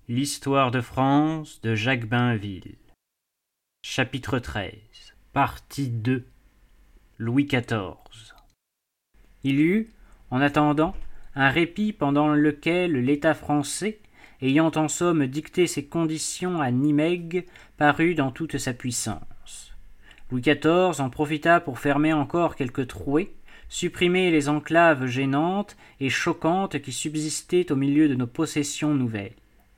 L'histoire de France de Jacques Bainville. Chapitre 13. Partie 2. Louis XIV. Il y eut, en attendant, un répit pendant lequel l'État français, ayant en somme dicté ses conditions à Nimègue, parut dans toute sa puissance. Louis XIV en profita pour fermer encore quelques trouées, supprimer les enclaves gênantes et choquantes qui subsistaient au milieu de nos possessions nouvelles.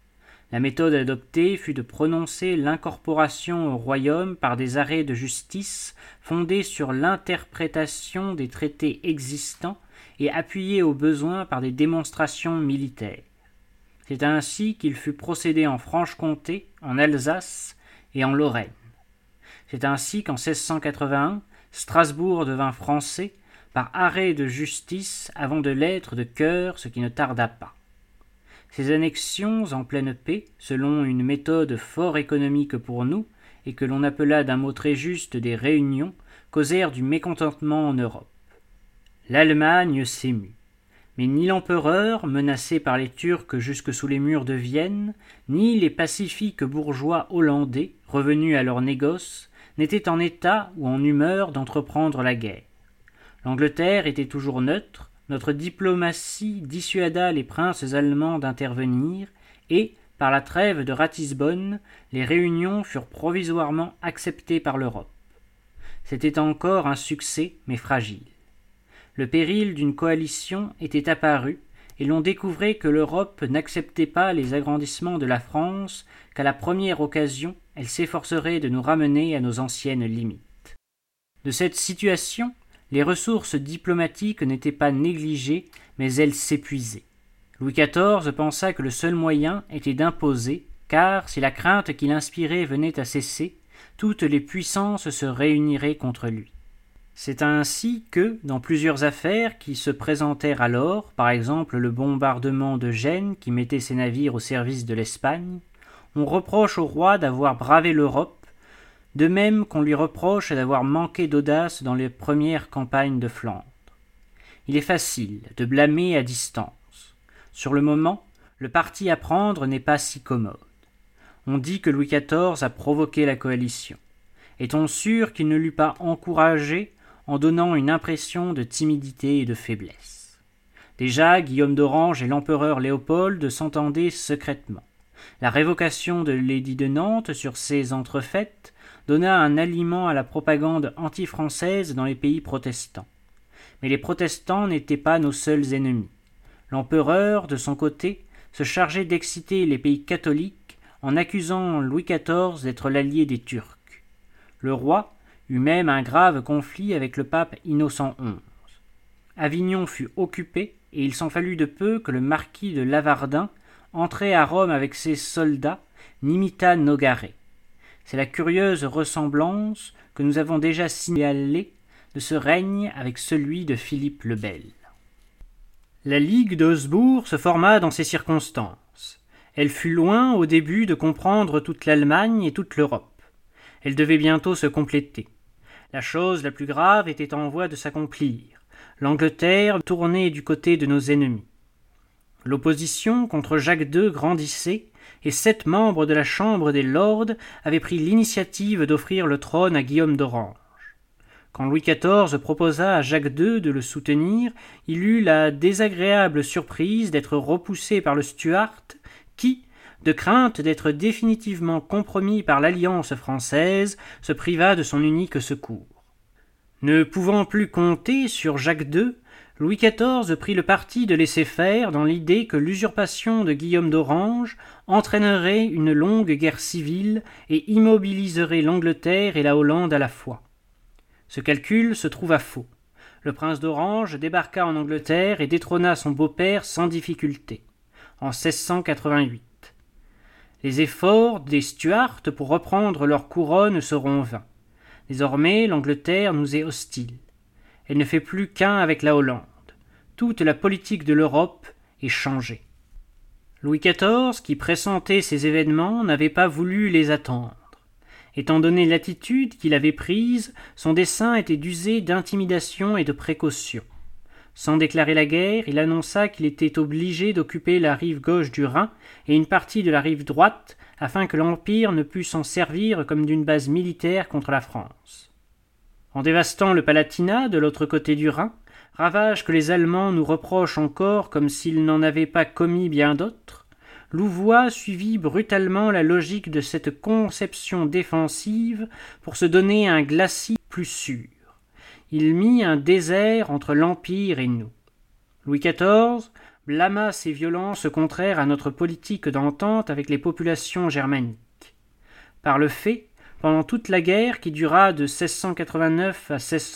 La méthode adoptée fut de prononcer l'incorporation au royaume par des arrêts de justice fondés sur l'interprétation des traités existants et appuyés au besoin par des démonstrations militaires. C'est ainsi qu'il fut procédé en Franche-Comté, en Alsace et en Lorraine. C'est ainsi qu'en 1681, Strasbourg devint français par arrêt de justice avant de l'être de cœur, ce qui ne tarda pas. Ces annexions en pleine paix, selon une méthode fort économique pour nous, et que l'on appela d'un mot très juste des réunions, causèrent du mécontentement en Europe. L'Allemagne s'émut. Mais ni l'empereur, menacé par les Turcs jusque sous les murs de Vienne, ni les pacifiques bourgeois hollandais, revenus à leur négoce, n'étaient en état ou en humeur d'entreprendre la guerre. L'Angleterre était toujours neutre, notre diplomatie dissuada les princes allemands d'intervenir, et, par la trêve de Ratisbonne, les réunions furent provisoirement acceptées par l'Europe. C'était encore un succès, mais fragile. Le péril d'une coalition était apparu, et l'on découvrait que l'Europe n'acceptait pas les agrandissements de la France, qu'à la première occasion, elle s'efforcerait de nous ramener à nos anciennes limites. De cette situation, les ressources diplomatiques n'étaient pas négligées, mais elles s'épuisaient. Louis XIV pensa que le seul moyen était d'imposer, car si la crainte qu'il inspirait venait à cesser, toutes les puissances se réuniraient contre lui. C'est ainsi que, dans plusieurs affaires qui se présentèrent alors, par exemple le bombardement de Gênes qui mettait ses navires au service de l'Espagne, on reproche au roi d'avoir bravé l'Europe, de même qu'on lui reproche d'avoir manqué d'audace dans les premières campagnes de Flandre. Il est facile de blâmer à distance. Sur le moment, le parti à prendre n'est pas si commode. On dit que Louis XIV a provoqué la coalition. Est-on sûr qu'il ne l'eût pas encouragée en donnant une impression de timidité et de faiblesse? Déjà, Guillaume d'Orange et l'empereur Léopold s'entendaient secrètement. La révocation de l'édit de Nantes sur ces entrefaites donna un aliment à la propagande anti-française dans les pays protestants. Mais les protestants n'étaient pas nos seuls ennemis. L'empereur, de son côté, se chargeait d'exciter les pays catholiques en accusant Louis XIV d'être l'allié des Turcs. Le roi eut même un grave conflit avec le pape Innocent XI. Avignon fut occupé et il s'en fallut de peu que le marquis de Lavardin, entré à Rome avec ses soldats, n'imitât Nogaret. C'est la curieuse ressemblance que nous avons déjà signalée de ce règne avec celui de Philippe le Bel. La Ligue d'Augsbourg se forma dans ces circonstances. Elle fut loin au début de comprendre toute l'Allemagne et toute l'Europe. Elle devait bientôt se compléter. La chose la plus grave était en voie de s'accomplir. L'Angleterre tournait du côté de nos ennemis. L'opposition contre Jacques II grandissait, et 7 membres de la Chambre des Lords avaient pris l'initiative d'offrir le trône à Guillaume d'Orange. Quand Louis XIV proposa à Jacques II de le soutenir, il eut la désagréable surprise d'être repoussé par le Stuart qui, de crainte d'être définitivement compromis par l'alliance française, se priva de son unique secours. Ne pouvant plus compter sur Jacques II, Louis XIV prit le parti de laisser faire dans l'idée que l'usurpation de Guillaume d'Orange entraînerait une longue guerre civile et immobiliserait l'Angleterre et la Hollande à la fois. Ce calcul se trouva faux. Le prince d'Orange débarqua en Angleterre et détrôna son beau-père sans difficulté, en 1688. Les efforts des Stuarts pour reprendre leur couronne seront vains. Désormais, l'Angleterre nous est hostile. Elle ne fait plus qu'un avec la Hollande. Toute la politique de l'Europe est changée. Louis XIV, qui pressentait ces événements, n'avait pas voulu les attendre. Étant donné l'attitude qu'il avait prise, son dessein était d'user d'intimidation et de précaution. Sans déclarer la guerre, il annonça qu'il était obligé d'occuper la rive gauche du Rhin et une partie de la rive droite afin que l'Empire ne pût s'en servir comme d'une base militaire contre la France. En dévastant le Palatinat de l'autre côté du Rhin, ravage que les Allemands nous reprochent encore comme s'ils n'en avaient pas commis bien d'autres, Louvois suivit brutalement la logique de cette conception défensive pour se donner un glacis plus sûr. Il mit un désert entre l'Empire et nous. Louis XIV blâma ces violences contraires à notre politique d'entente avec les populations germaniques. Par le fait, pendant toute la guerre qui dura de 1689 à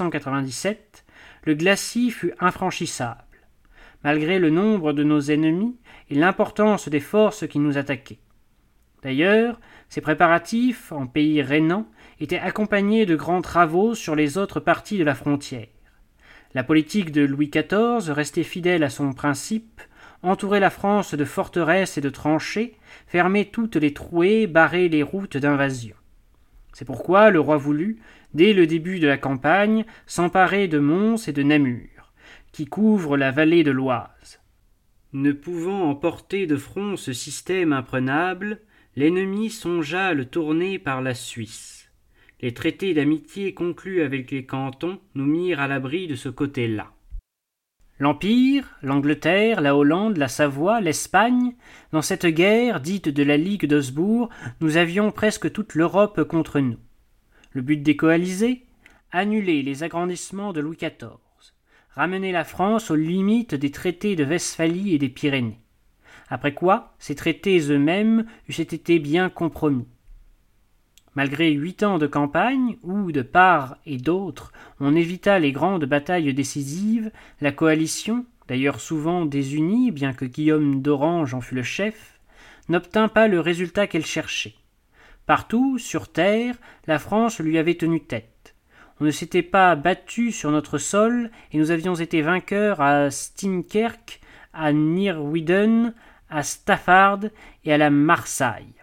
1697, le glacis fut infranchissable, malgré le nombre de nos ennemis et l'importance des forces qui nous attaquaient. D'ailleurs, ces préparatifs, en pays rhénan, étaient accompagnés de grands travaux sur les autres parties de la frontière. La politique de Louis XIV restait fidèle à son principe, entourer la France de forteresses et de tranchées, fermer toutes les trouées, barrer les routes d'invasion. C'est pourquoi le roi voulut, dès le début de la campagne, s'emparer de Mons et de Namur, qui couvrent la vallée de l'Oise. Ne pouvant emporter de front ce système imprenable, l'ennemi songea à le tourner par la Suisse. Les traités d'amitié conclus avec les cantons nous mirent à l'abri de ce côté-là. L'Empire, l'Angleterre, la Hollande, la Savoie, l'Espagne, dans cette guerre dite de la Ligue d'Augsbourg, nous avions presque toute l'Europe contre nous. Le but des coalisés ? Annuler les agrandissements de Louis XIV, ramener la France aux limites des traités de Westphalie et des Pyrénées. Après quoi, ces traités eux-mêmes eussent été bien compromis. Malgré 8 ans de campagne, où, de part et d'autre, on évita les grandes batailles décisives, la coalition, d'ailleurs souvent désunie, bien que Guillaume d'Orange en fût le chef, n'obtint pas le résultat qu'elle cherchait. Partout, sur terre, la France lui avait tenu tête. On ne s'était pas battu sur notre sol, et nous avions été vainqueurs à Steenkerk, à Neerwinden, à Staffard et à la Marsaille.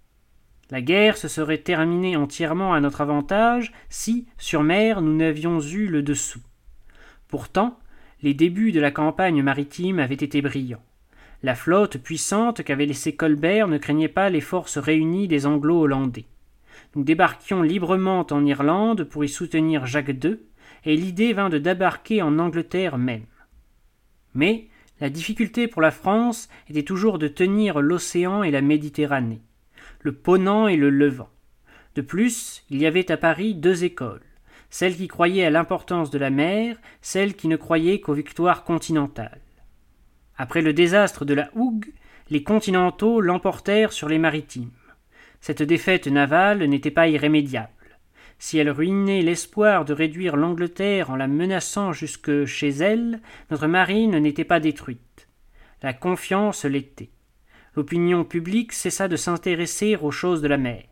La guerre se serait terminée entièrement à notre avantage si, sur mer, nous n'avions eu le dessous. Pourtant, les débuts de la campagne maritime avaient été brillants. La flotte puissante qu'avait laissée Colbert ne craignait pas les forces réunies des Anglo-Hollandais. Nous débarquions librement en Irlande pour y soutenir Jacques II, et l'idée vint de débarquer en Angleterre même. Mais la difficulté pour la France était toujours de tenir l'océan et la Méditerranée, le Ponant et le Levant. De plus, il y avait à Paris 2 écoles, celle qui croyait à l'importance de la mer, celle qui ne croyait qu'aux victoires continentales. Après le désastre de la Hougue, les continentaux l'emportèrent sur les maritimes. Cette défaite navale n'était pas irrémédiable. Si elle ruinait l'espoir de réduire l'Angleterre en la menaçant jusque chez elle, notre marine n'était pas détruite. La confiance l'était. L'opinion publique cessa de s'intéresser aux choses de la mer.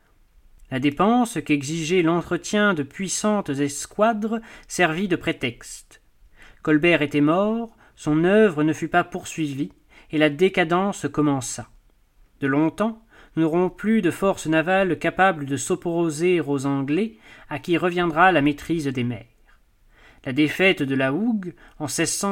La dépense qu'exigeait l'entretien de puissantes escadres servit de prétexte. Colbert était mort, son œuvre ne fut pas poursuivie, et la décadence commença. De longtemps, nous n'aurons plus de force navale capable de s'opposer aux Anglais, à qui reviendra la maîtrise des mers. La défaite de la Hougue, en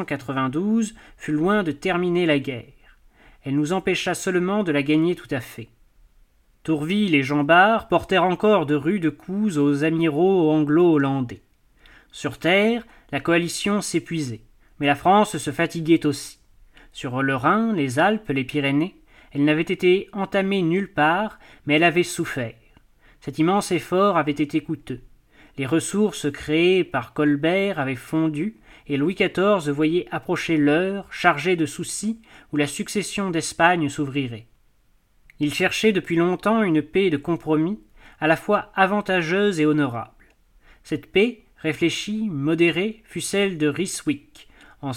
1692, fut loin de terminer la guerre. Elle nous empêcha seulement de la gagner tout à fait. Tourville et Jean Bart portèrent encore de rudes coups aux amiraux anglo-hollandais. Sur terre, la coalition s'épuisait, mais la France se fatiguait aussi. Sur le Rhin, les Alpes, les Pyrénées, elle n'avait été entamée nulle part, mais elle avait souffert. Cet immense effort avait été coûteux. Les ressources créées par Colbert avaient fondu, et Louis XIV voyait approcher l'heure, chargé de soucis, où la succession d'Espagne s'ouvrirait. Il cherchait depuis longtemps une paix de compromis, à la fois avantageuse et honorable. Cette paix, réfléchie, modérée, fut celle de Ryswick, en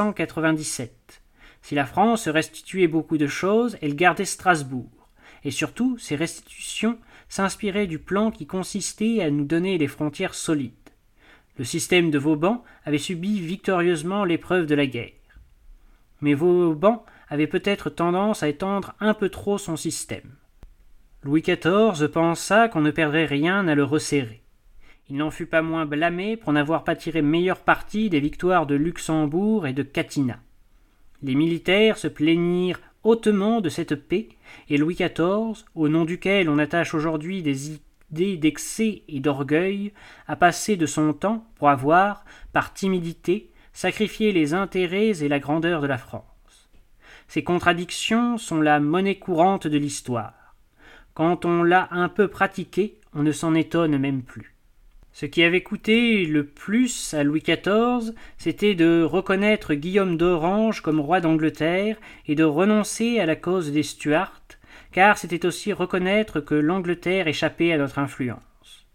1697. Si la France restituait beaucoup de choses, elle gardait Strasbourg, et surtout, ces restitutions s'inspiraient du plan qui consistait à nous donner des frontières solides. Le système de Vauban avait subi victorieusement l'épreuve de la guerre. Mais Vauban avait peut-être tendance à étendre un peu trop son système. Louis XIV pensa qu'on ne perdrait rien à le resserrer. Il n'en fut pas moins blâmé pour n'avoir pas tiré meilleur parti des victoires de Luxembourg et de Catinat. Les militaires se plaignirent hautement de cette paix, et Louis XIV, au nom duquel on attache aujourd'hui des idées d'excès et d'orgueil, a passé de son temps pour avoir, par timidité, sacrifié les intérêts et la grandeur de la France. Ces contradictions sont la monnaie courante de l'histoire. Quand on l'a un peu pratiquée, on ne s'en étonne même plus. Ce qui avait coûté le plus à Louis XIV, c'était de reconnaître Guillaume d'Orange comme roi d'Angleterre et de renoncer à la cause des Stuarts, car c'était aussi reconnaître que l'Angleterre échappait à notre influence.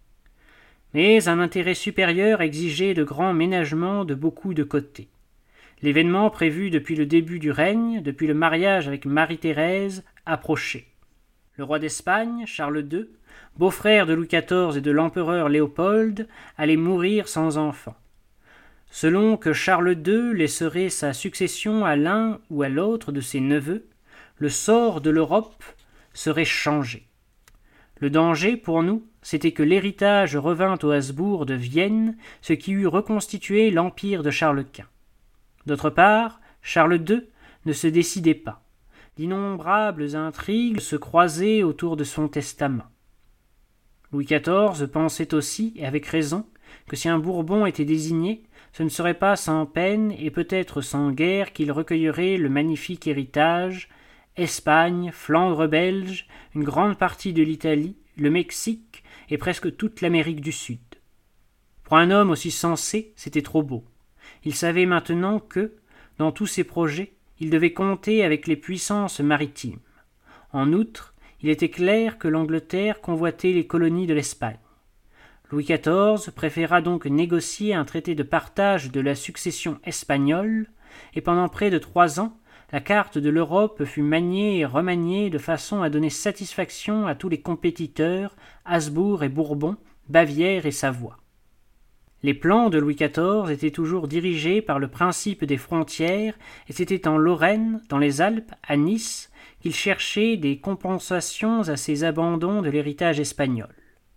Mais un intérêt supérieur exigeait de grands ménagements de beaucoup de côtés. L'événement prévu depuis le début du règne, depuis le mariage avec Marie-Thérèse, approchait. Le roi d'Espagne, Charles II, beau-frère de Louis XIV et de l'empereur Léopold, allait mourir sans enfant. Selon que Charles II laisserait sa succession à l'un ou à l'autre de ses neveux, le sort de l'Europe serait changé. Le danger, pour nous, c'était que l'héritage revint aux Habsbourg de Vienne, ce qui eût reconstitué l'empire de Charles Quint. D'autre part, Charles II ne se décidait pas. D'innombrables intrigues se croisaient autour de son testament. Louis XIV pensait aussi, et avec raison, que si un Bourbon était désigné, ce ne serait pas sans peine et peut-être sans guerre qu'il recueillerait le magnifique héritage, Espagne, Flandre belge, une grande partie de l'Italie, le Mexique et presque toute l'Amérique du Sud. Pour un homme aussi sensé, c'était trop beau. Il savait maintenant que, dans tous ses projets, il devait compter avec les puissances maritimes. En outre, il était clair que l'Angleterre convoitait les colonies de l'Espagne. Louis XIV préféra donc négocier un traité de partage de la succession espagnole, et pendant près de 3 ans, la carte de l'Europe fut maniée et remaniée de façon à donner satisfaction à tous les compétiteurs, Habsbourg et Bourbon, Bavière et Savoie. Les plans de Louis XIV étaient toujours dirigés par le principe des frontières, et c'était en Lorraine, dans les Alpes, à Nice, qu'il cherchait des compensations à ces abandons de l'héritage espagnol.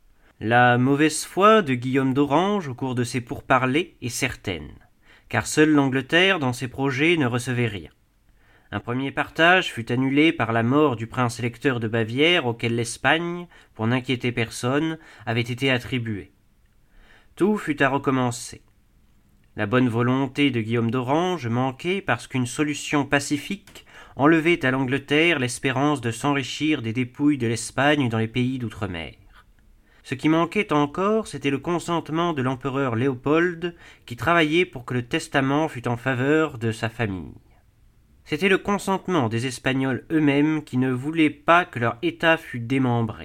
La mauvaise foi de Guillaume d'Orange au cours de ces pourparlers est certaine, car seule l'Angleterre dans ses projets ne recevait rien. Un premier partage fut annulé par la mort du prince électeur de Bavière auquel l'Espagne, pour n'inquiéter personne, avait été attribuée. Tout fut à recommencer. La bonne volonté de Guillaume d'Orange manquait parce qu'une solution pacifique enlevait à l'Angleterre l'espérance de s'enrichir des dépouilles de l'Espagne dans les pays d'outre-mer. Ce qui manquait encore, c'était le consentement de l'empereur Léopold, qui travaillait pour que le testament fût en faveur de sa famille. C'était le consentement des Espagnols eux-mêmes qui ne voulaient pas que leur État fût démembré.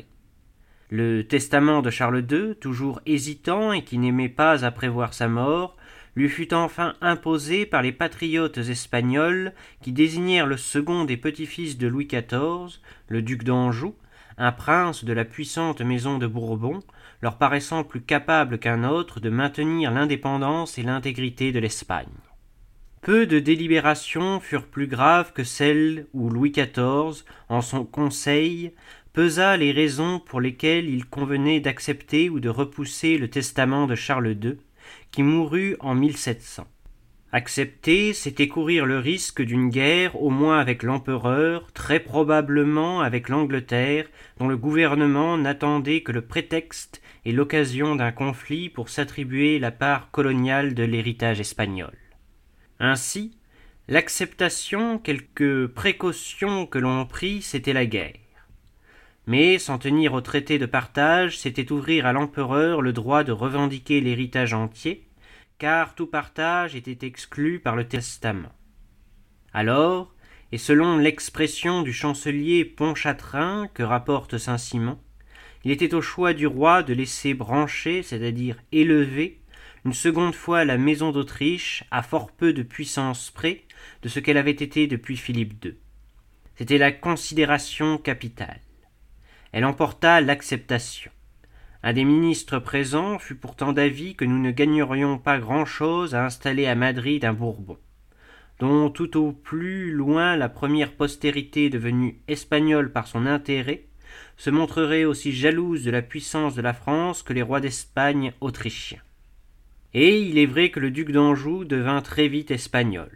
Le testament de Charles II, toujours hésitant et qui n'aimait pas à prévoir sa mort, lui fut enfin imposé par les patriotes espagnols qui désignèrent le second des petits-fils de Louis XIV, le duc d'Anjou, un prince de la puissante maison de Bourbon, leur paraissant plus capable qu'un autre de maintenir l'indépendance et l'intégrité de l'Espagne. Peu de délibérations furent plus graves que celles où Louis XIV, en son conseil, pesa les raisons pour lesquelles il convenait d'accepter ou de repousser le testament de Charles II, qui mourut en 1700. Accepter, c'était courir le risque d'une guerre au moins avec l'empereur, très probablement avec l'Angleterre, dont le gouvernement n'attendait que le prétexte et l'occasion d'un conflit pour s'attribuer la part coloniale de l'héritage espagnol. Ainsi, l'acceptation, quelque précaution que l'on prit, c'était la guerre. Mais s'en tenir au traité de partage, c'était ouvrir à l'empereur le droit de revendiquer l'héritage entier, car tout partage était exclu par le testament. Alors, et selon l'expression du chancelier Pontchartrain que rapporte Saint-Simon, il était au choix du roi de laisser brancher, c'est-à-dire élever, une seconde fois la maison d'Autriche à fort peu de puissance près de ce qu'elle avait été depuis Philippe II. C'était la considération capitale. Elle emporta l'acceptation. Un des ministres présents fut pourtant d'avis que nous ne gagnerions pas grand-chose à installer à Madrid un Bourbon, dont tout au plus loin la première postérité devenue espagnole par son intérêt se montrerait aussi jalouse de la puissance de la France que les rois d'Espagne autrichiens. Et il est vrai que le duc d'Anjou devint très vite espagnol.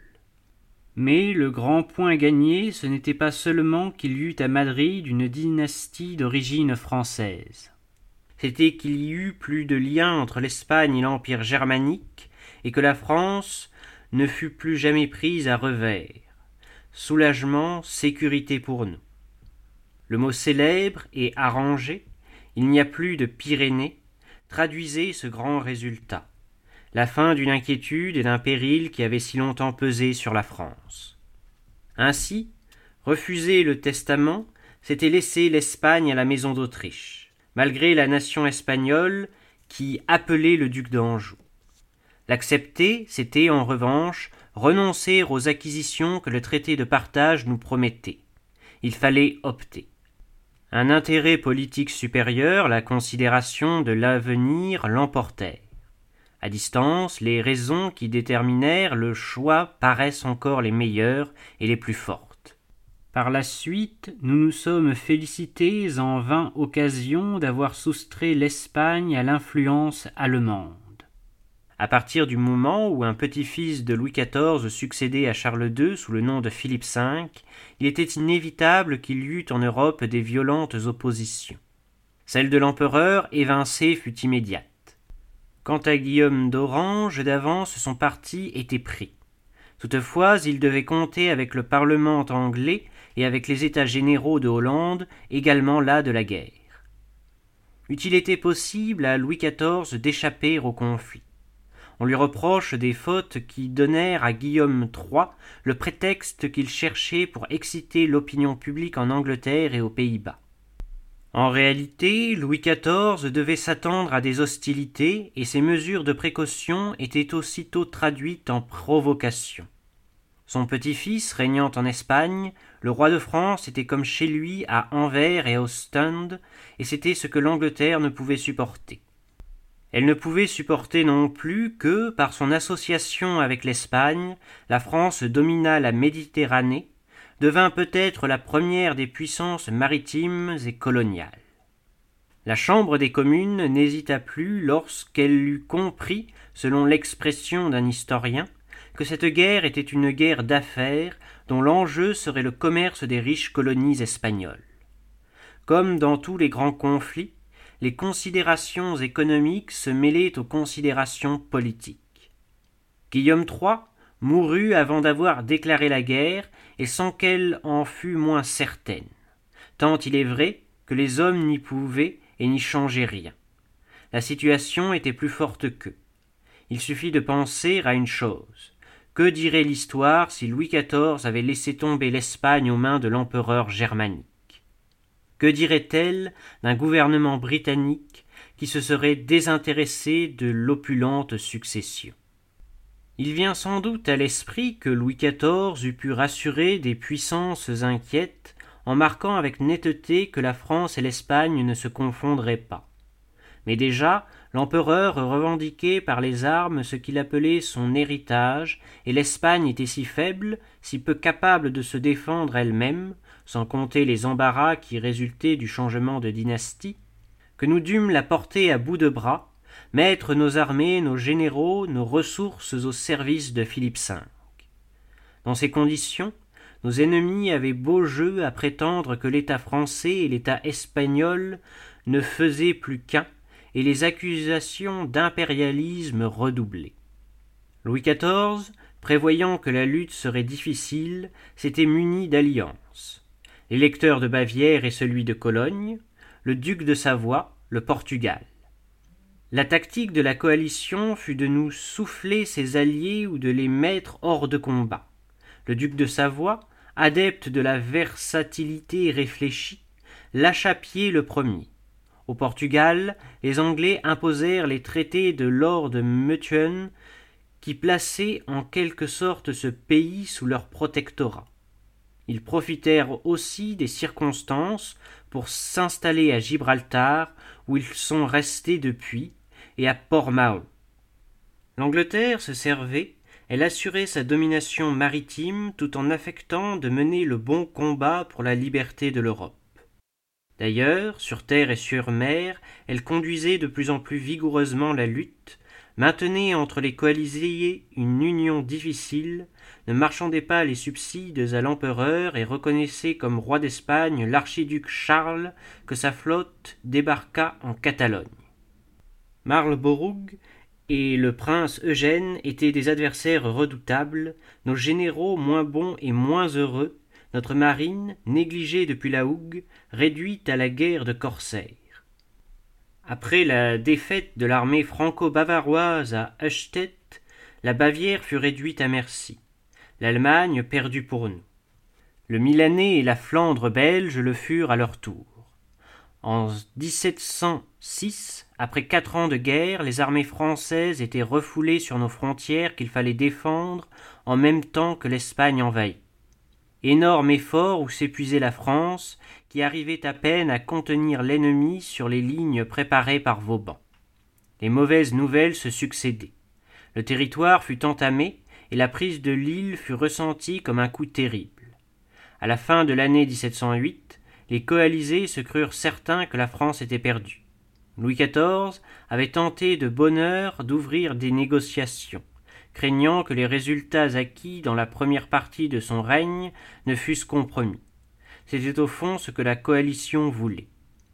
Mais le grand point gagné, ce n'était pas seulement qu'il y eut à Madrid une dynastie d'origine française. C'était qu'il y eut plus de liens entre l'Espagne et l'Empire germanique, et que la France ne fut plus jamais prise à revers. Soulagement, sécurité pour nous. Le mot célèbre et arrangé, il n'y a plus de Pyrénées, traduisait ce grand résultat. La fin d'une inquiétude et d'un péril qui avaient si longtemps pesé sur la France. Ainsi, refuser le testament, c'était laisser l'Espagne à la maison d'Autriche, malgré la nation espagnole qui appelait le duc d'Anjou. L'accepter, c'était en revanche renoncer aux acquisitions que le traité de partage nous promettait. Il fallait opter. Un intérêt politique supérieur, la considération de l'avenir l'emportèrent. À distance, les raisons qui déterminèrent le choix paraissent encore les meilleures et les plus fortes. Par la suite, nous nous sommes félicités en 20 occasions d'avoir soustrait l'Espagne à l'influence allemande. À partir du moment où un petit-fils de Louis XIV succédait à Charles II sous le nom de Philippe V, il était inévitable qu'il y eût en Europe des violentes oppositions. Celle de l'empereur évincé fut immédiate. Quant à Guillaume d'Orange, d'avance son parti était pris. Toutefois, il devait compter avec le Parlement anglais et avec les États généraux de Hollande, également las de la guerre. Eût-il été possible à Louis XIV d'échapper au conflit? On lui reproche des fautes qui donnèrent à Guillaume III le prétexte qu'il cherchait pour exciter l'opinion publique en Angleterre et aux Pays-Bas. En réalité, Louis XIV devait s'attendre à des hostilités et ses mesures de précaution étaient aussitôt traduites en provocation. Son petit-fils régnant en Espagne, le roi de France était comme chez lui à Anvers et à Ostende, et c'était ce que l'Angleterre ne pouvait supporter. Elle ne pouvait supporter non plus que, par son association avec l'Espagne, la France dominât la Méditerranée, devint peut-être la première des puissances maritimes et coloniales. La Chambre des communes n'hésita plus lorsqu'elle eut compris, selon l'expression d'un historien, que cette guerre était une guerre d'affaires dont l'enjeu serait le commerce des riches colonies espagnoles. Comme dans tous les grands conflits, les considérations économiques se mêlaient aux considérations politiques. Guillaume III mourut avant d'avoir déclaré la guerre et sans qu'elle en fût moins certaine, tant il est vrai que les hommes n'y pouvaient et n'y changeaient rien. La situation était plus forte qu'eux. Il suffit de penser à une chose. Que dirait l'histoire si Louis XIV avait laissé tomber l'Espagne aux mains de l'empereur germanique? Que dirait-elle d'un gouvernement britannique qui se serait désintéressé de l'opulente succession? Il vient sans doute à l'esprit que Louis XIV eût pu rassurer des puissances inquiètes en marquant avec netteté que la France et l'Espagne ne se confondraient pas. Mais déjà, l'empereur revendiquait par les armes ce qu'il appelait son héritage, et l'Espagne était si faible, si peu capable de se défendre elle-même, sans compter les embarras qui résultaient du changement de dynastie, que nous dûmes la porter à bout de bras, mettre nos armées, nos généraux, nos ressources au service de Philippe V. Dans ces conditions, nos ennemis avaient beau jeu à prétendre que l'État français et l'État espagnol ne faisaient plus qu'un, et les accusations d'impérialisme redoublaient. Louis XIV, prévoyant que la lutte serait difficile, s'était muni d'alliances. L'électeur de Bavière et celui de Cologne, le duc de Savoie, le Portugal. La tactique de la coalition fut de nous souffler ses alliés ou de les mettre hors de combat. Le duc de Savoie, adepte de la versatilité réfléchie, lâcha pied le premier. Au Portugal, les Anglais imposèrent les traités de Lord Methuen qui plaçaient en quelque sorte ce pays sous leur protectorat. Ils profitèrent aussi des circonstances pour s'installer à Gibraltar, où ils sont restés depuis, et à Portmahon. L'Angleterre se servait, elle assurait sa domination maritime tout en affectant de mener le bon combat pour la liberté de l'Europe. D'ailleurs, sur terre et sur mer, elle conduisait de plus en plus vigoureusement la lutte, maintenait entre les coalisés une union difficile, ne marchandait pas les subsides à l'empereur et reconnaissait comme roi d'Espagne l'archiduc Charles que sa flotte débarqua en Catalogne. Marlborough et le prince Eugène étaient des adversaires redoutables, nos généraux moins bons et moins heureux, notre marine, négligée depuis la hougue, réduite à la guerre de corsaires. Après la défaite de l'armée franco-bavaroise à Höchstädt, la Bavière fut réduite à merci. L'Allemagne perdue pour nous. Le Milanais et la Flandre belge le furent à leur tour. En 1706, après 4 ans de guerre, les armées françaises étaient refoulées sur nos frontières qu'il fallait défendre en même temps que l'Espagne envahie. Énorme effort où s'épuisait la France, qui arrivait à peine à contenir l'ennemi sur les lignes préparées par Vauban. Les mauvaises nouvelles se succédaient. Le territoire fut entamé et la prise de l'île fut ressentie comme un coup terrible. À la fin de l'année 1708, les coalisés se crurent certains que la France était perdue. Louis XIV avait tenté de bonne heure d'ouvrir des négociations, craignant que les résultats acquis dans la première partie de son règne ne fussent compromis. C'était au fond ce que la coalition voulait.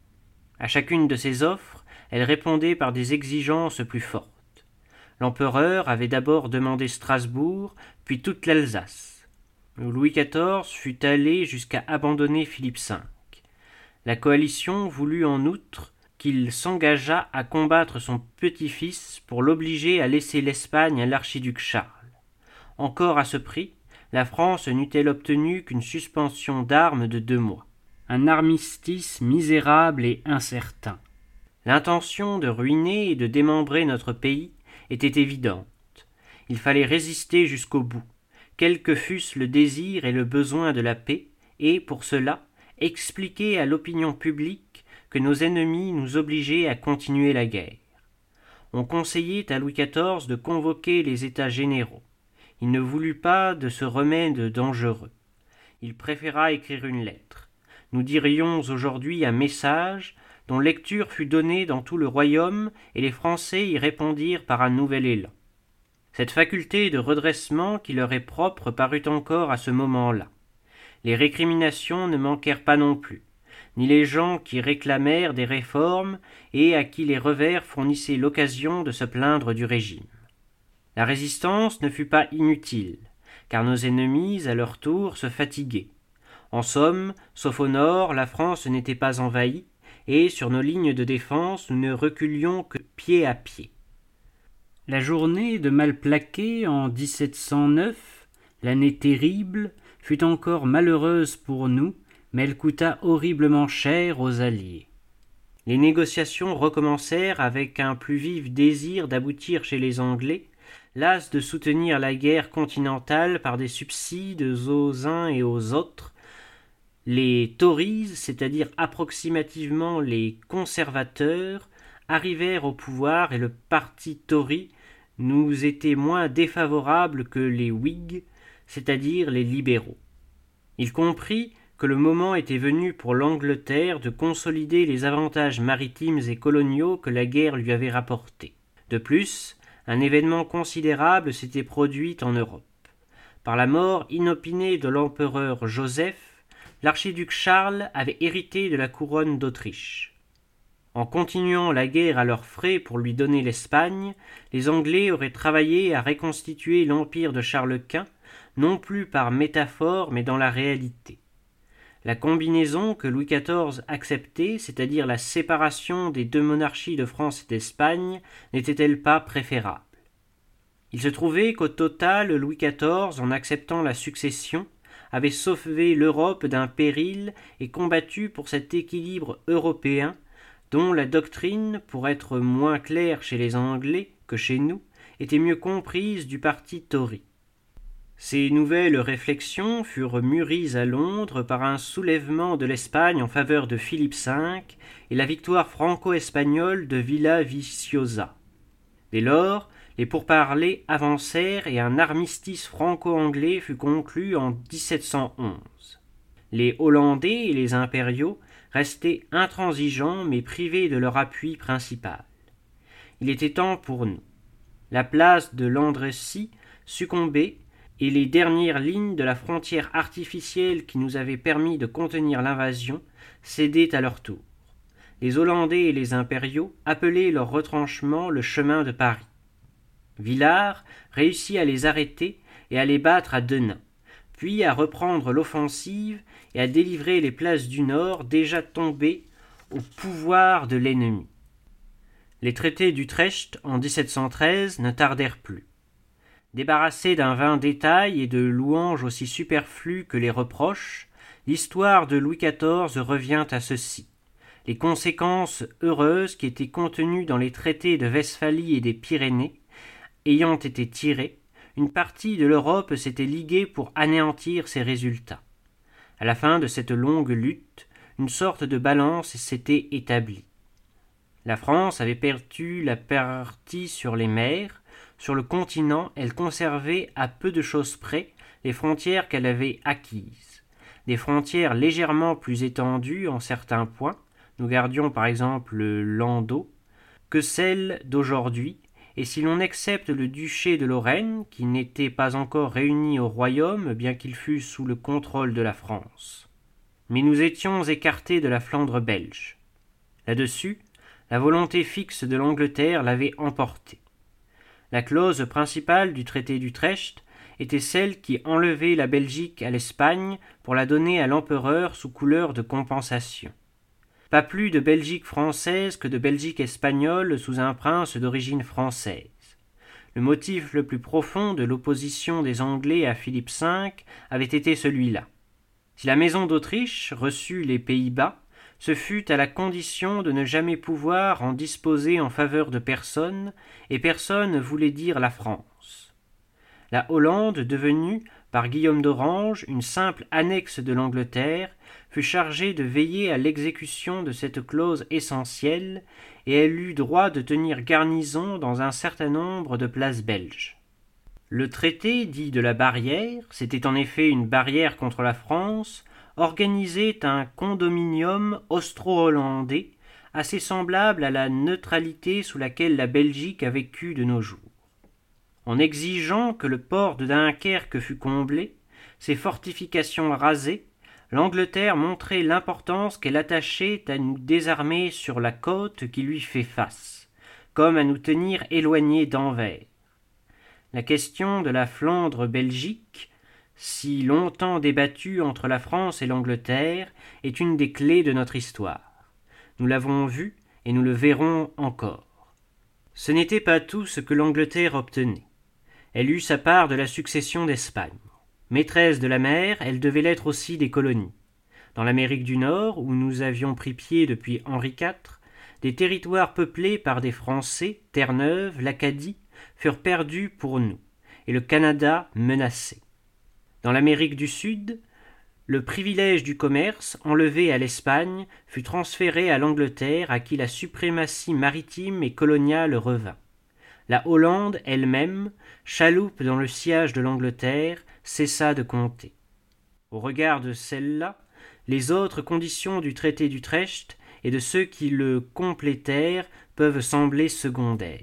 À chacune de ces offres, elle répondait par des exigences plus fortes. L'empereur avait d'abord demandé Strasbourg, puis toute l'Alsace. Louis XIV fut allé jusqu'à abandonner Philippe V. La coalition voulut en outre qu'il s'engageât à combattre son petit-fils pour l'obliger à laisser l'Espagne à l'archiduc Charles. Encore à ce prix, la France n'eût-elle obtenu qu'une suspension d'armes de 2 mois. Un armistice misérable et incertain. L'intention de ruiner et de démembrer notre pays était évidente. Il fallait résister jusqu'au bout, quels que fussent le désir et le besoin de la paix, et, pour cela, expliquer à l'opinion publique que nos ennemis nous obligeaient à continuer la guerre. On conseillait à Louis XIV de convoquer les États généraux. Il ne voulut pas de ce remède dangereux. Il préféra écrire une lettre. Nous dirions aujourd'hui un message dont lecture fut donnée dans tout le royaume et les Français y répondirent par un nouvel élan. Cette faculté de redressement qui leur est propre parut encore à ce moment-là. Les récriminations ne manquèrent pas non plus, ni les gens qui réclamèrent des réformes et à qui les revers fournissaient l'occasion de se plaindre du régime. La résistance ne fut pas inutile, car nos ennemis, à leur tour, se fatiguaient. En somme, sauf au nord, la France n'était pas envahie, et sur nos lignes de défense, nous ne reculions que pied à pied. La journée de Malplaquet en 1709, l'année terrible, fut encore malheureuse pour nous, mais elle coûta horriblement cher aux Alliés. Les négociations recommencèrent avec un plus vif désir d'aboutir chez les Anglais, las de soutenir la guerre continentale par des subsides aux uns et aux autres. Les Tories, c'est-à-dire approximativement les conservateurs, arrivèrent au pouvoir et le parti Tory nous était moins défavorable que les Whigs, c'est-à-dire les libéraux. Il comprit que le moment était venu pour l'Angleterre de consolider les avantages maritimes et coloniaux que la guerre lui avait rapportés. De plus, un événement considérable s'était produit en Europe. Par la mort inopinée de l'empereur Joseph, l'archiduc Charles avait hérité de la couronne d'Autriche. En continuant la guerre à leurs frais pour lui donner l'Espagne, les Anglais auraient travaillé à reconstituer l'empire de Charles Quint, non plus par métaphore mais dans la réalité. La combinaison que Louis XIV acceptait, c'est-à-dire la séparation des 2 monarchies de France et d'Espagne, n'était-elle pas préférable? Il se trouvait qu'au total, Louis XIV, en acceptant la succession, avait sauvé l'Europe d'un péril et combattu pour cet équilibre européen dont la doctrine, pour être moins claire chez les Anglais que chez nous, était mieux comprise du parti Tory. Ces nouvelles réflexions furent mûries à Londres par un soulèvement de l'Espagne en faveur de Philippe V et la victoire franco-espagnole de Villaviciosa. Dès lors, les pourparlers avancèrent et un armistice franco-anglais fut conclu en 1711. Les Hollandais et les impériaux restaient intransigeants mais privés de leur appui principal. Il était temps pour nous. La place de Landrecies succombait et les dernières lignes de la frontière artificielle qui nous avait permis de contenir l'invasion cédaient à leur tour. Les Hollandais et les impériaux appelaient leur retranchement le chemin de Paris. Villars réussit à les arrêter et à les battre à Denain, puis à reprendre l'offensive et à délivrer les places du Nord déjà tombées au pouvoir de l'ennemi. Les traités d'Utrecht en 1713 ne tardèrent plus. Débarrassée d'un vain détail et de louanges aussi superflues que les reproches, l'histoire de Louis XIV revient à ceci. Les conséquences heureuses qui étaient contenues dans les traités de Westphalie et des Pyrénées ayant été tirées, une partie de l'Europe s'était liguée pour anéantir ces résultats. À la fin de cette longue lutte, une sorte de balance s'était établie. La France avait perdu la partie sur les mers. Sur le continent, elle conservait à peu de choses près les frontières qu'elle avait acquises. Des frontières légèrement plus étendues en certains points, nous gardions par exemple le Landau, que celles d'aujourd'hui, et si l'on excepte le duché de Lorraine, qui n'était pas encore réuni au royaume, bien qu'il fût sous le contrôle de la France. Mais nous étions écartés de la Flandre belge. Là-dessus, la volonté fixe de l'Angleterre l'avait emporté. La clause principale du traité d'Utrecht était celle qui enlevait la Belgique à l'Espagne pour la donner à l'empereur sous couleur de compensation. Pas plus de Belgique française que de Belgique espagnole sous un prince d'origine française. Le motif le plus profond de l'opposition des Anglais à Philippe V avait été celui-là. Si la maison d'Autriche reçut les Pays-Bas, ce fut à la condition de ne jamais pouvoir en disposer en faveur de personne, et personne voulait dire la France. La Hollande, devenue, par Guillaume d'Orange, une simple annexe de l'Angleterre, fut chargée de veiller à l'exécution de cette clause essentielle, et elle eut droit de tenir garnison dans un certain nombre de places belges. Le traité dit de la barrière, c'était en effet une barrière contre la France, organisait un condominium austro-hollandais assez semblable à la neutralité sous laquelle la Belgique a vécu de nos jours. En exigeant que le port de Dunkerque fût comblé, ses fortifications rasées, l'Angleterre montrait l'importance qu'elle attachait à nous désarmer sur la côte qui lui fait face, comme à nous tenir éloignés d'Anvers. La question de la Flandre-Belgique, si longtemps débattue entre la France et l'Angleterre, est une des clés de notre histoire. Nous l'avons vu et nous le verrons encore. Ce n'était pas tout ce que l'Angleterre obtenait. Elle eut sa part de la succession d'Espagne. Maîtresse de la mer, elle devait l'être aussi des colonies. Dans l'Amérique du Nord, où nous avions pris pied depuis Henri IV, des territoires peuplés par des Français, Terre-Neuve, l'Acadie, furent perdus pour nous, et le Canada menacé. Dans l'Amérique du Sud, le privilège du commerce, enlevé à l'Espagne, fut transféré à l'Angleterre, à qui la suprématie maritime et coloniale revint. La Hollande elle-même, chaloupe dans le sillage de l'Angleterre, cessa de compter. Au regard de celle-là, les autres conditions du traité d'Utrecht et de ceux qui le complétèrent peuvent sembler secondaires.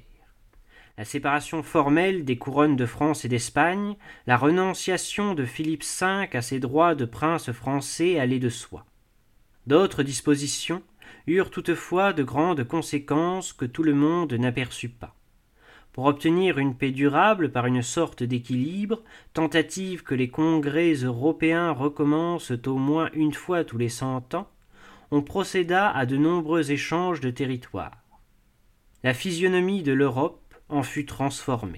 La séparation formelle des couronnes de France et d'Espagne, la renonciation de Philippe V à ses droits de prince français allaient de soi. D'autres dispositions eurent toutefois de grandes conséquences que tout le monde n'aperçut pas. Pour obtenir une paix durable par une sorte d'équilibre, tentative que les congrès européens recommencent au moins une fois tous les 100 ans, on procéda à de nombreux échanges de territoires. La physionomie de l'Europe en fut transformée.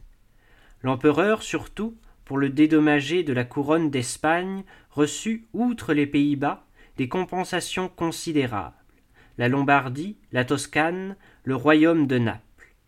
L'empereur, surtout, pour le dédommager de la couronne d'Espagne, reçut, outre les Pays-Bas, des compensations considérables, la Lombardie, la Toscane, le royaume de Naples.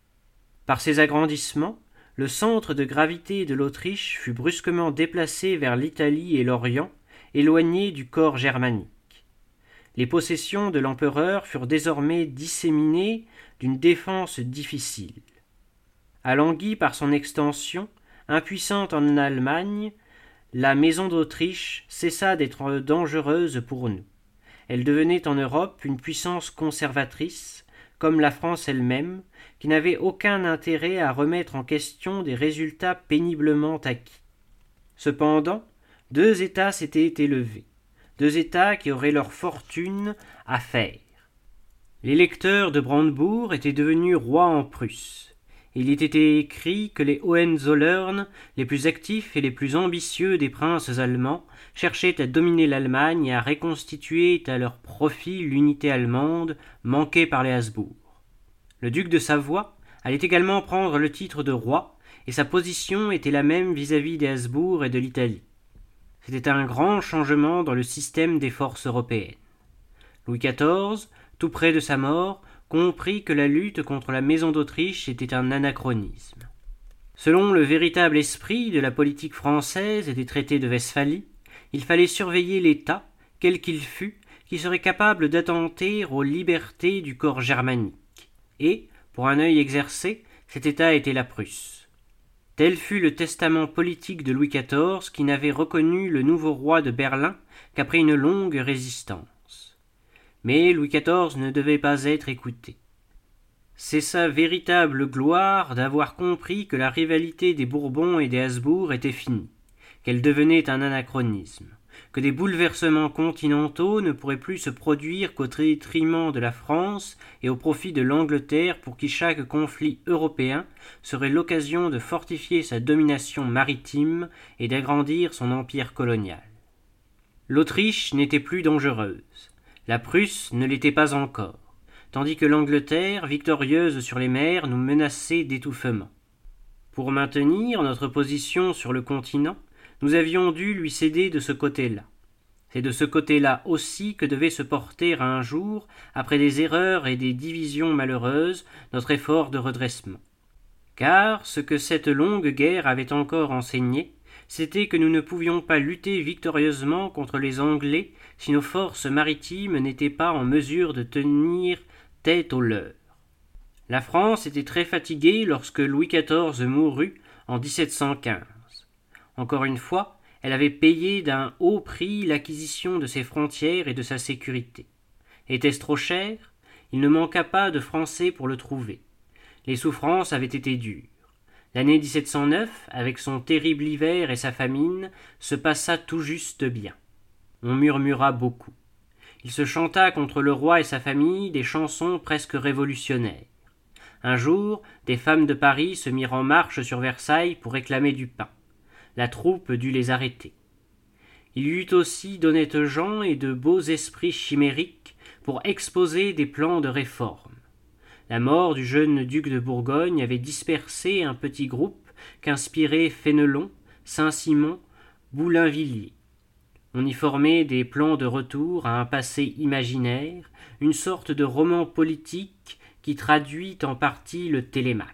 Par ces agrandissements, le centre de gravité de l'Autriche fut brusquement déplacé vers l'Italie et l'Orient, éloigné du corps germanique. Les possessions de l'empereur furent désormais disséminées d'une défense difficile. Alanguie par son extension, impuissante en Allemagne, la maison d'Autriche cessa d'être dangereuse pour nous. Elle devenait en Europe une puissance conservatrice, comme la France elle-même, qui n'avait aucun intérêt à remettre en question des résultats péniblement acquis. Cependant, 2 États s'étaient élevés, 2 États qui auraient leur fortune à faire. L'électeur de Brandebourg était devenu roi en Prusse. Il y était écrit que les Hohenzollern, les plus actifs et les plus ambitieux des princes allemands, cherchaient à dominer l'Allemagne et à reconstituer à leur profit l'unité allemande manquée par les Habsbourg. Le duc de Savoie allait également prendre le titre de roi, et sa position était la même vis-à-vis des Habsbourg et de l'Italie. C'était un grand changement dans le système des forces européennes. Louis XIV, tout près de sa mort, comprit que la lutte contre la maison d'Autriche était un anachronisme. Selon le véritable esprit de la politique française et des traités de Westphalie, il fallait surveiller l'État, quel qu'il fût, qui serait capable d'attenter aux libertés du corps germanique. Et, pour un œil exercé, cet État était la Prusse. Tel fut le testament politique de Louis XIV, qui n'avait reconnu le nouveau roi de Berlin qu'après une longue résistance. Mais Louis XIV ne devait pas être écouté. C'est sa véritable gloire d'avoir compris que la rivalité des Bourbons et des Habsbourg était finie, qu'elle devenait un anachronisme, que des bouleversements continentaux ne pourraient plus se produire qu'au détriment de la France et au profit de l'Angleterre, pour qui chaque conflit européen serait l'occasion de fortifier sa domination maritime et d'agrandir son empire colonial. L'Autriche n'était plus dangereuse, la Prusse ne l'était pas encore, tandis que l'Angleterre, victorieuse sur les mers, nous menaçait d'étouffement. Pour maintenir notre position sur le continent, nous avions dû lui céder de ce côté-là. C'est de ce côté-là aussi que devait se porter un jour, après des erreurs et des divisions malheureuses, notre effort de redressement. Car ce que cette longue guerre avait encore enseigné, c'était que nous ne pouvions pas lutter victorieusement contre les Anglais si nos forces maritimes n'étaient pas en mesure de tenir tête aux leurs. La France était très fatiguée lorsque Louis XIV mourut en 1715. Encore une fois, elle avait payé d'un haut prix l'acquisition de ses frontières et de sa sécurité. Était-ce trop cher? Il ne manqua pas de Français pour le trouver. Les souffrances avaient été dures. L'année 1709, avec son terrible hiver et sa famine, se passa tout juste bien. On murmura beaucoup. Il se chanta contre le roi et sa famille des chansons presque révolutionnaires. Un jour, des femmes de Paris se mirent en marche sur Versailles pour réclamer du pain. La troupe dut les arrêter. Il y eut aussi d'honnêtes gens et de beaux esprits chimériques pour exposer des plans de réforme. La mort du jeune duc de Bourgogne avait dispersé un petit groupe qu'inspiraient Fénelon, Saint-Simon, Boulainvilliers. On y formait des plans de retour à un passé imaginaire, une sorte de roman politique qui traduit en partie le Télémaque.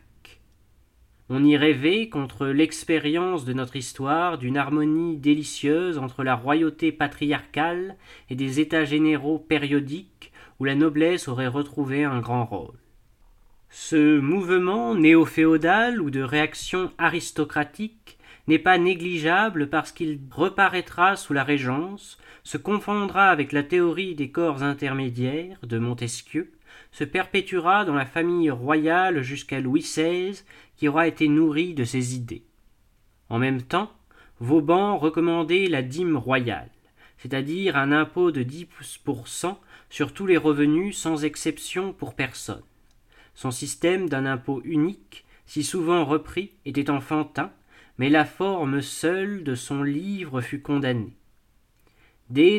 On y rêvait, contre l'expérience de notre histoire, d'une harmonie délicieuse entre la royauté patriarcale et des états généraux périodiques où la noblesse aurait retrouvé un grand rôle. Ce mouvement néo-féodal ou de réaction aristocratique n'est pas négligeable parce qu'il reparaîtra sous la Régence, se confondra avec la théorie des corps intermédiaires de Montesquieu, se perpétuera dans la famille royale jusqu'à Louis XVI, qui aura été nourri de ces idées. En même temps, Vauban recommandait la dîme royale, c'est-à-dire un impôt de 10% sur tous les revenus sans exception pour personne. Son système d'un impôt unique, si souvent repris, était enfantin, mais la forme seule de son livre fut condamnée. Dès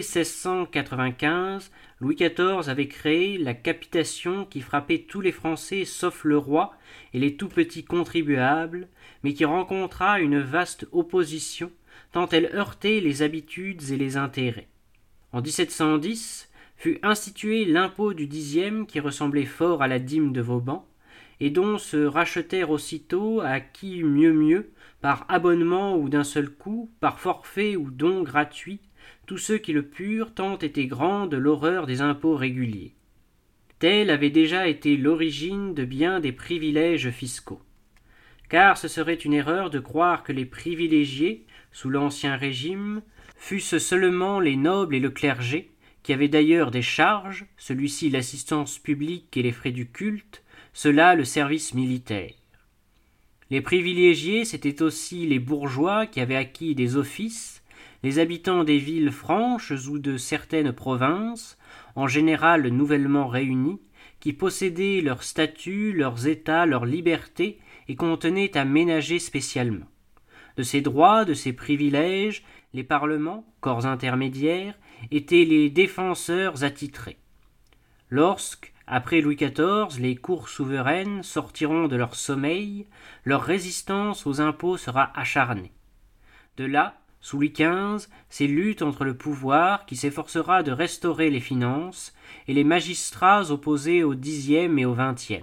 1695, Louis XIV avait créé la capitation qui frappait tous les Français sauf le roi et les tout petits contribuables, mais qui rencontra une vaste opposition tant elle heurtait les habitudes et les intérêts. En 1710, fut institué l'impôt du 10e qui ressemblait fort à la dîme de Vauban, et dont se rachetèrent aussitôt, à qui mieux, par abonnement ou d'un seul coup, par forfait ou don gratuit, tous ceux qui le purent, tant était grande l'horreur des impôts réguliers. Telle avait déjà été l'origine de bien des privilèges fiscaux. Car ce serait une erreur de croire que les privilégiés sous l'Ancien Régime, fût-ce seulement les nobles et le clergé, qui avaient d'ailleurs des charges, celui-ci l'assistance publique et les frais du culte, cela le service militaire. Les privilégiés, c'étaient aussi les bourgeois qui avaient acquis des offices, les habitants des villes franches ou de certaines provinces, en général nouvellement réunis, qui possédaient leurs statuts, leurs états, leurs libertés, et qu'on tenait à ménager spécialement. De ces droits, de ces privilèges, les parlements, corps intermédiaires, étaient les défenseurs attitrés. Lorsque, après Louis XIV, les cours souveraines sortiront de leur sommeil, leur résistance aux impôts sera acharnée. De là, sous Louis XV, ces luttes entre le pouvoir qui s'efforcera de restaurer les finances et les magistrats opposés au Xe et au XX.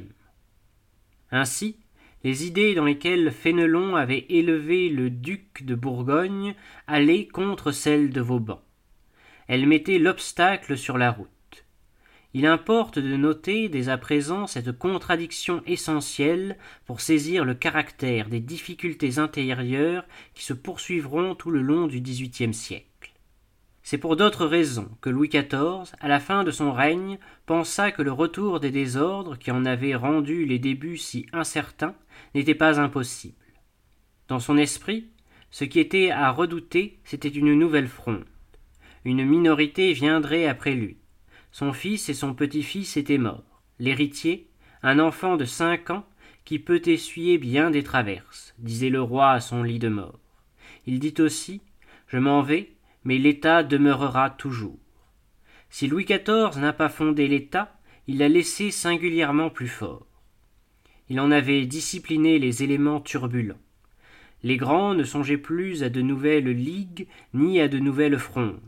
Ainsi, les idées dans lesquelles Fénelon avait élevé le duc de Bourgogne allaient contre celles de Vauban. Elles mettaient l'obstacle sur la route. Il importe de noter dès à présent cette contradiction essentielle pour saisir le caractère des difficultés intérieures qui se poursuivront tout le long du XVIIIe siècle. C'est pour d'autres raisons que Louis XIV, à la fin de son règne, pensa que le retour des désordres qui en avaient rendu les débuts si incertains n'était pas impossible. Dans son esprit, ce qui était à redouter, c'était une nouvelle fronde. Une minorité viendrait après lui. Son fils et son petit-fils étaient morts. L'héritier, un enfant de 5 ans, qui peut essuyer bien des traverses, disait le roi à son lit de mort. Il dit aussi « Je m'en vais, mais l'État demeurera toujours. » Si Louis XIV n'a pas fondé l'État, il l'a laissé singulièrement plus fort. Il en avait discipliné les éléments turbulents. Les grands ne songeaient plus à de nouvelles ligues ni à de nouvelles frondes.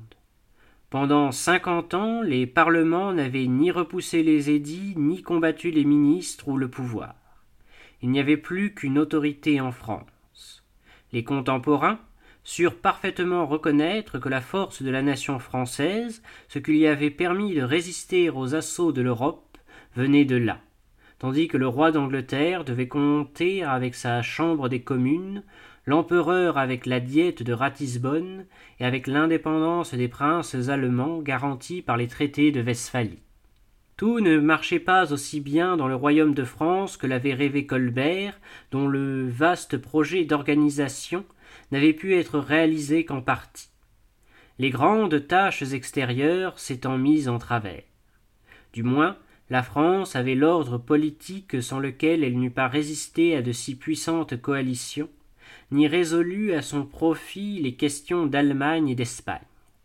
Pendant 50 ans, les parlements n'avaient ni repoussé les édits, ni combattu les ministres ou le pouvoir. Il n'y avait plus qu'une autorité en France. Les contemporains surent parfaitement reconnaître que la force de la nation française, ce qui lui avait permis de résister aux assauts de l'Europe, venait de là, tandis que le roi d'Angleterre devait compter avec sa Chambre des communes, l'empereur avec la diète de Ratisbonne et avec l'indépendance des princes allemands garantie par les traités de Westphalie. Tout ne marchait pas aussi bien dans le royaume de France que l'avait rêvé Colbert, dont le vaste projet d'organisation n'avait pu être réalisé qu'en partie. Les grandes tâches extérieures s'étant mises en travers. Du moins, la France avait l'ordre politique sans lequel elle n'eût pas résisté à de si puissantes coalitions, ni résolu à son profit les questions d'Allemagne et d'Espagne.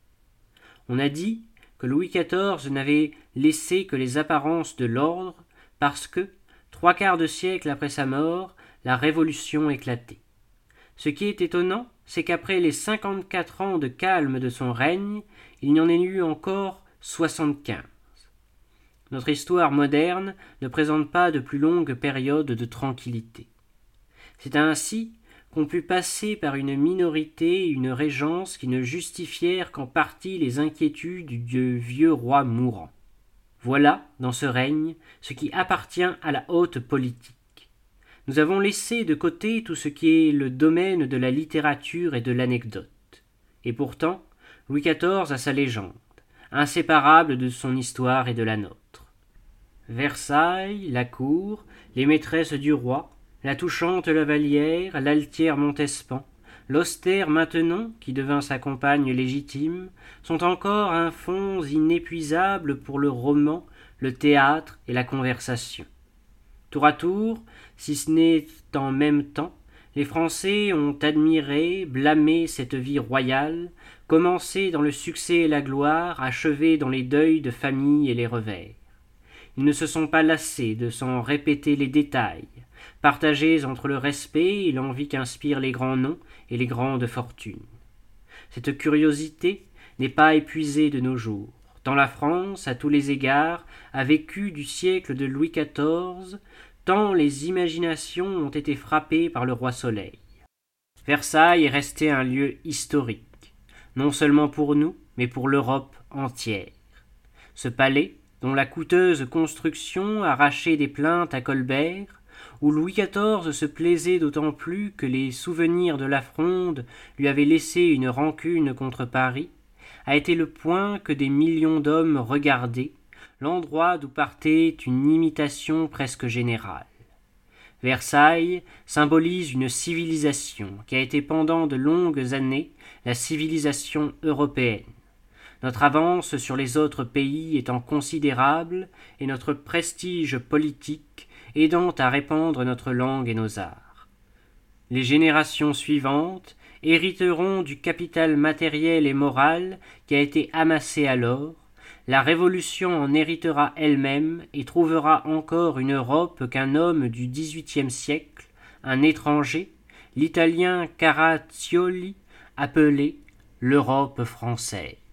On a dit que Louis XIV n'avait laissé que les apparences de l'ordre parce que, 3/4 de siècle après sa mort, la Révolution éclatait. Ce qui est étonnant, c'est qu'après les 54 ans de calme de son règne, il n'y en ait eu encore 75. Notre histoire moderne ne présente pas de plus longue période de tranquillité. C'est ainsi qu'on put passer par une minorité et une régence qui ne justifièrent qu'en partie les inquiétudes du vieux roi mourant. Voilà, dans ce règne, ce qui appartient à la haute politique. Nous avons laissé de côté tout ce qui est le domaine de la littérature et de l'anecdote. Et pourtant, Louis XIV a sa légende, inséparable de son histoire et de la nôtre. Versailles, la cour, les maîtresses du roi, la touchante Lavalière, l'altière Montespan, l'austère Maintenon, qui devint sa compagne légitime, sont encore un fonds inépuisable pour le roman, le théâtre et la conversation. Tour à tour, si ce n'est en même temps, les Français ont admiré, blâmé cette vie royale, commencé dans le succès et la gloire, achevé dans les deuils de famille et les revers. Ils ne se sont pas lassés de s'en répéter les détails, partagés entre le respect et l'envie qu'inspirent les grands noms et les grandes fortunes. Cette curiosité n'est pas épuisée de nos jours, tant la France, à tous les égards, a vécu du siècle de Louis XIV, tant les imaginations ont été frappées par le roi Soleil. Versailles est resté un lieu historique, non seulement pour nous, mais pour l'Europe entière. Ce palais, dont la coûteuse construction arrachait des plaintes à Colbert, où Louis XIV se plaisait d'autant plus que les souvenirs de la Fronde lui avaient laissé une rancune contre Paris, a été le point que des millions d'hommes regardaient, l'endroit d'où partait une imitation presque générale. Versailles symbolise une civilisation qui a été pendant de longues années la civilisation européenne. Notre avance sur les autres pays étant considérable et notre prestige politique aidant à répandre notre langue et nos arts. Les générations suivantes hériteront du capital matériel et moral qui a été amassé alors. La Révolution en héritera elle-même et trouvera encore une Europe qu'un homme du XVIIIe siècle, un étranger, l'Italien Caraccioli, appelait l'Europe française.